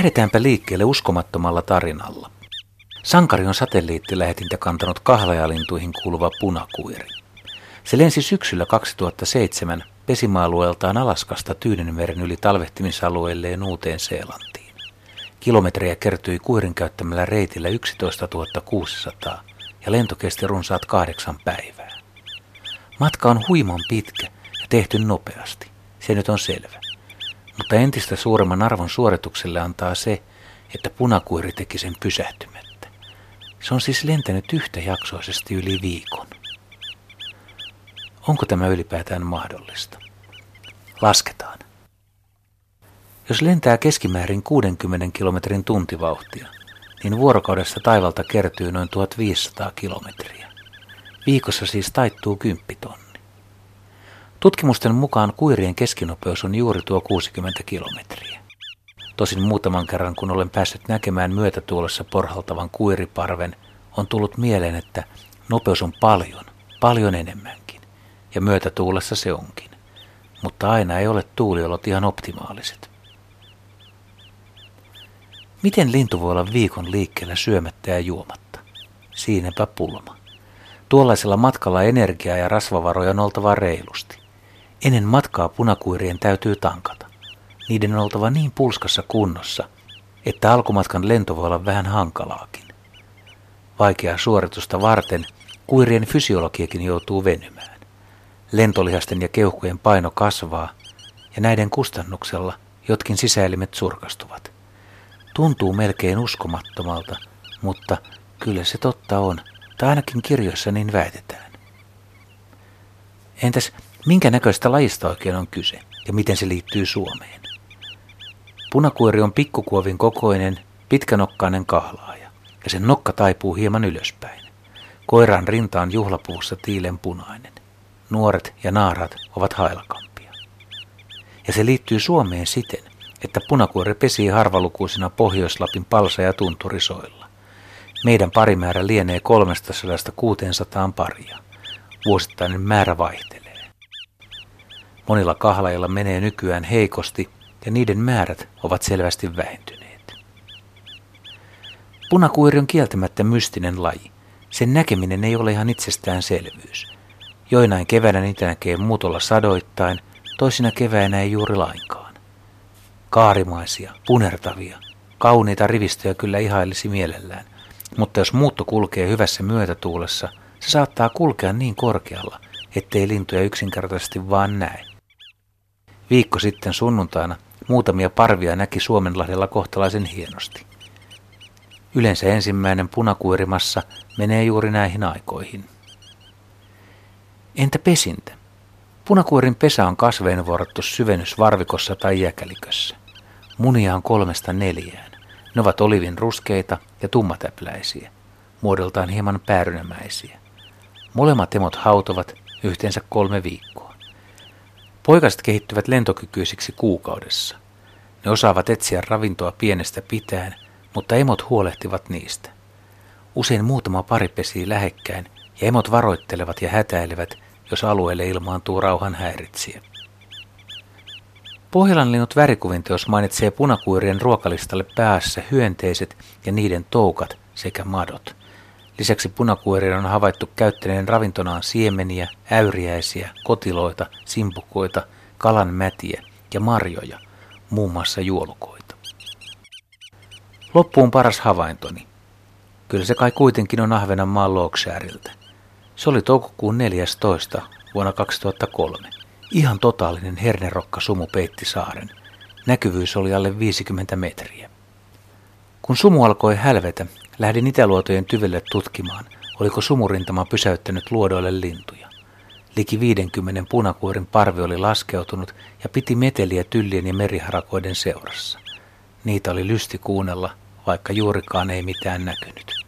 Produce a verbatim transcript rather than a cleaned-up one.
Lähdetäänpä liikkeelle uskomattomalla tarinalla. Sankari on satelliittilähetintä kantanut kahlajalintuihin kuuluva punakuiri. Se lensi syksyllä kaksituhattaseitsemän pesimäalueeltaan Alaskasta Tyynenmeren yli talvehtimisalueelleen Uuteen-Seelantiin. Kilometrejä kertyi kuirin käyttämällä reitillä yksitoistatuhatta kuusisataa ja lento kesti runsaat kahdeksan päivää. Matka on huiman pitkä ja tehty nopeasti, se nyt on selvä. Mutta entistä suuremman arvon suoritukselle antaa se, että punakuiri teki sen pysähtymättä. Se on siis lentänyt yhtäjaksoisesti yli viikon. Onko tämä ylipäätään mahdollista? Lasketaan. Jos lentää keskimäärin kuudenkymmenen kilometrin tuntivauhtia, niin vuorokaudessa taivalta kertyy noin tuhatviisisataa kilometriä. Viikossa siis taittuu kymppitonni. Tutkimusten mukaan kuirien keskinopeus on juuri tuo kuusikymmentä kilometriä. Tosin muutaman kerran, kun olen päässyt näkemään myötätuulessa porhaltavan kuiriparven, on tullut mieleen, että nopeus on paljon, paljon enemmänkin. Ja myötätuulessa se onkin. Mutta aina ei ole tuuliolot ihan optimaaliset. Miten lintu voi olla viikon liikkeellä syömättä ja juomatta? Siinäpä pulma. Tuollaisella matkalla energiaa ja rasvavaroja on oltava reilusti. Ennen matkaa punakuirien täytyy tankata. Niiden on oltava niin pulskassa kunnossa, että alkumatkan lento voi olla vähän hankalaakin. Vaikeaa suoritusta varten kuirien fysiologiakin joutuu venymään. Lentolihasten ja keuhkojen paino kasvaa ja näiden kustannuksella jotkin sisäelimet surkastuvat. Tuntuu melkein uskomattomalta, mutta kyllä se totta on, tai ainakin kirjoissa niin väitetään. Entäs minkä näköistä lajista oikein on kyse ja miten se liittyy Suomeen? Punakuori on pikkukuovin kokoinen, pitkänokkainen kahlaaja ja sen nokka taipuu hieman ylöspäin. Koiran rinta on juhlapuvussa tiilenpunainen. Nuoret ja naaraat ovat hailakampia. Ja se liittyy Suomeen siten, että punakuori pesii harvalukuisina Pohjois-Lapin palsa- ja tunturisoilla. Meidän parimäärä lienee kolmestasadasta kuuteensataan paria. Vuosittainen määrä vaihtelee. Monilla kahlaajilla menee nykyään heikosti ja niiden määrät ovat selvästi vähentyneet. Punakuiri on kieltämättä mystinen laji. Sen näkeminen ei ole ihan itsestäänselvyys. Joinain keväänä niitä näkee muutolla sadoittain, toisina keväinä ei juuri lainkaan. Kaarimaisia, punertavia, kauniita rivistöjä kyllä ihailisi mielellään, mutta jos muutto kulkee hyvässä myötätuulessa, se saattaa kulkea niin korkealla, ettei lintuja yksinkertaisesti vaan näe. Viikko sitten sunnuntaina muutamia parvia näki Suomenlahdella kohtalaisen hienosti. Yleensä ensimmäinen punakuirimassa menee juuri näihin aikoihin. Entä pesintä? Punakuorin pesä on kasvein vuorattu syvennysvarvikossa tai jäkälikössä. Munia on kolmesta neljään. Ne ovat olivin ruskeita ja tummatäpläisiä, muodoltaan hieman päärynämäisiä. Molemmat emot hautovat yhteensä kolme viikkoa. Poikaset kehittyvät lentokykyisiksi kuukaudessa. Ne osaavat etsiä ravintoa pienestä pitäen, mutta emot huolehtivat niistä. Usein muutama pari pesii lähekkäin ja emot varoittelevat ja hätäilevät, jos alueelle ilmaantuu rauhan häiritsijä. Pohjolanlinnut värikuvinteos mainitsee punakuirien ruokalistalle päässä hyönteiset ja niiden toukat sekä madot. Lisäksi punakuirien on havaittu käyttäneen ravintonaan siemeniä, äyriäisiä, kotiloita, simpukoita, kalanmätiä ja marjoja, muun muassa juolukoita. Loppuun paras havaintoni. Kyllä se kai kuitenkin on Ahvenanmaan Logshireiltä. Se oli toukokuun neljästoista vuonna kaksituhattakolme. Ihan totaalinen hernerokka sumu peitti saaren. Näkyvyys oli alle viisikymmentä metriä. Kun sumu alkoi hälvetä, lähdin Itäluotojen tyvelle tutkimaan, oliko sumurintama pysäyttänyt luodoille lintuja. Liki viidenkymmenen punakuorin parvi oli laskeutunut ja piti meteliä tyllien ja meriharakoiden seurassa. Niitä oli lysti kuunnella, vaikka juurikaan ei mitään näkynyt.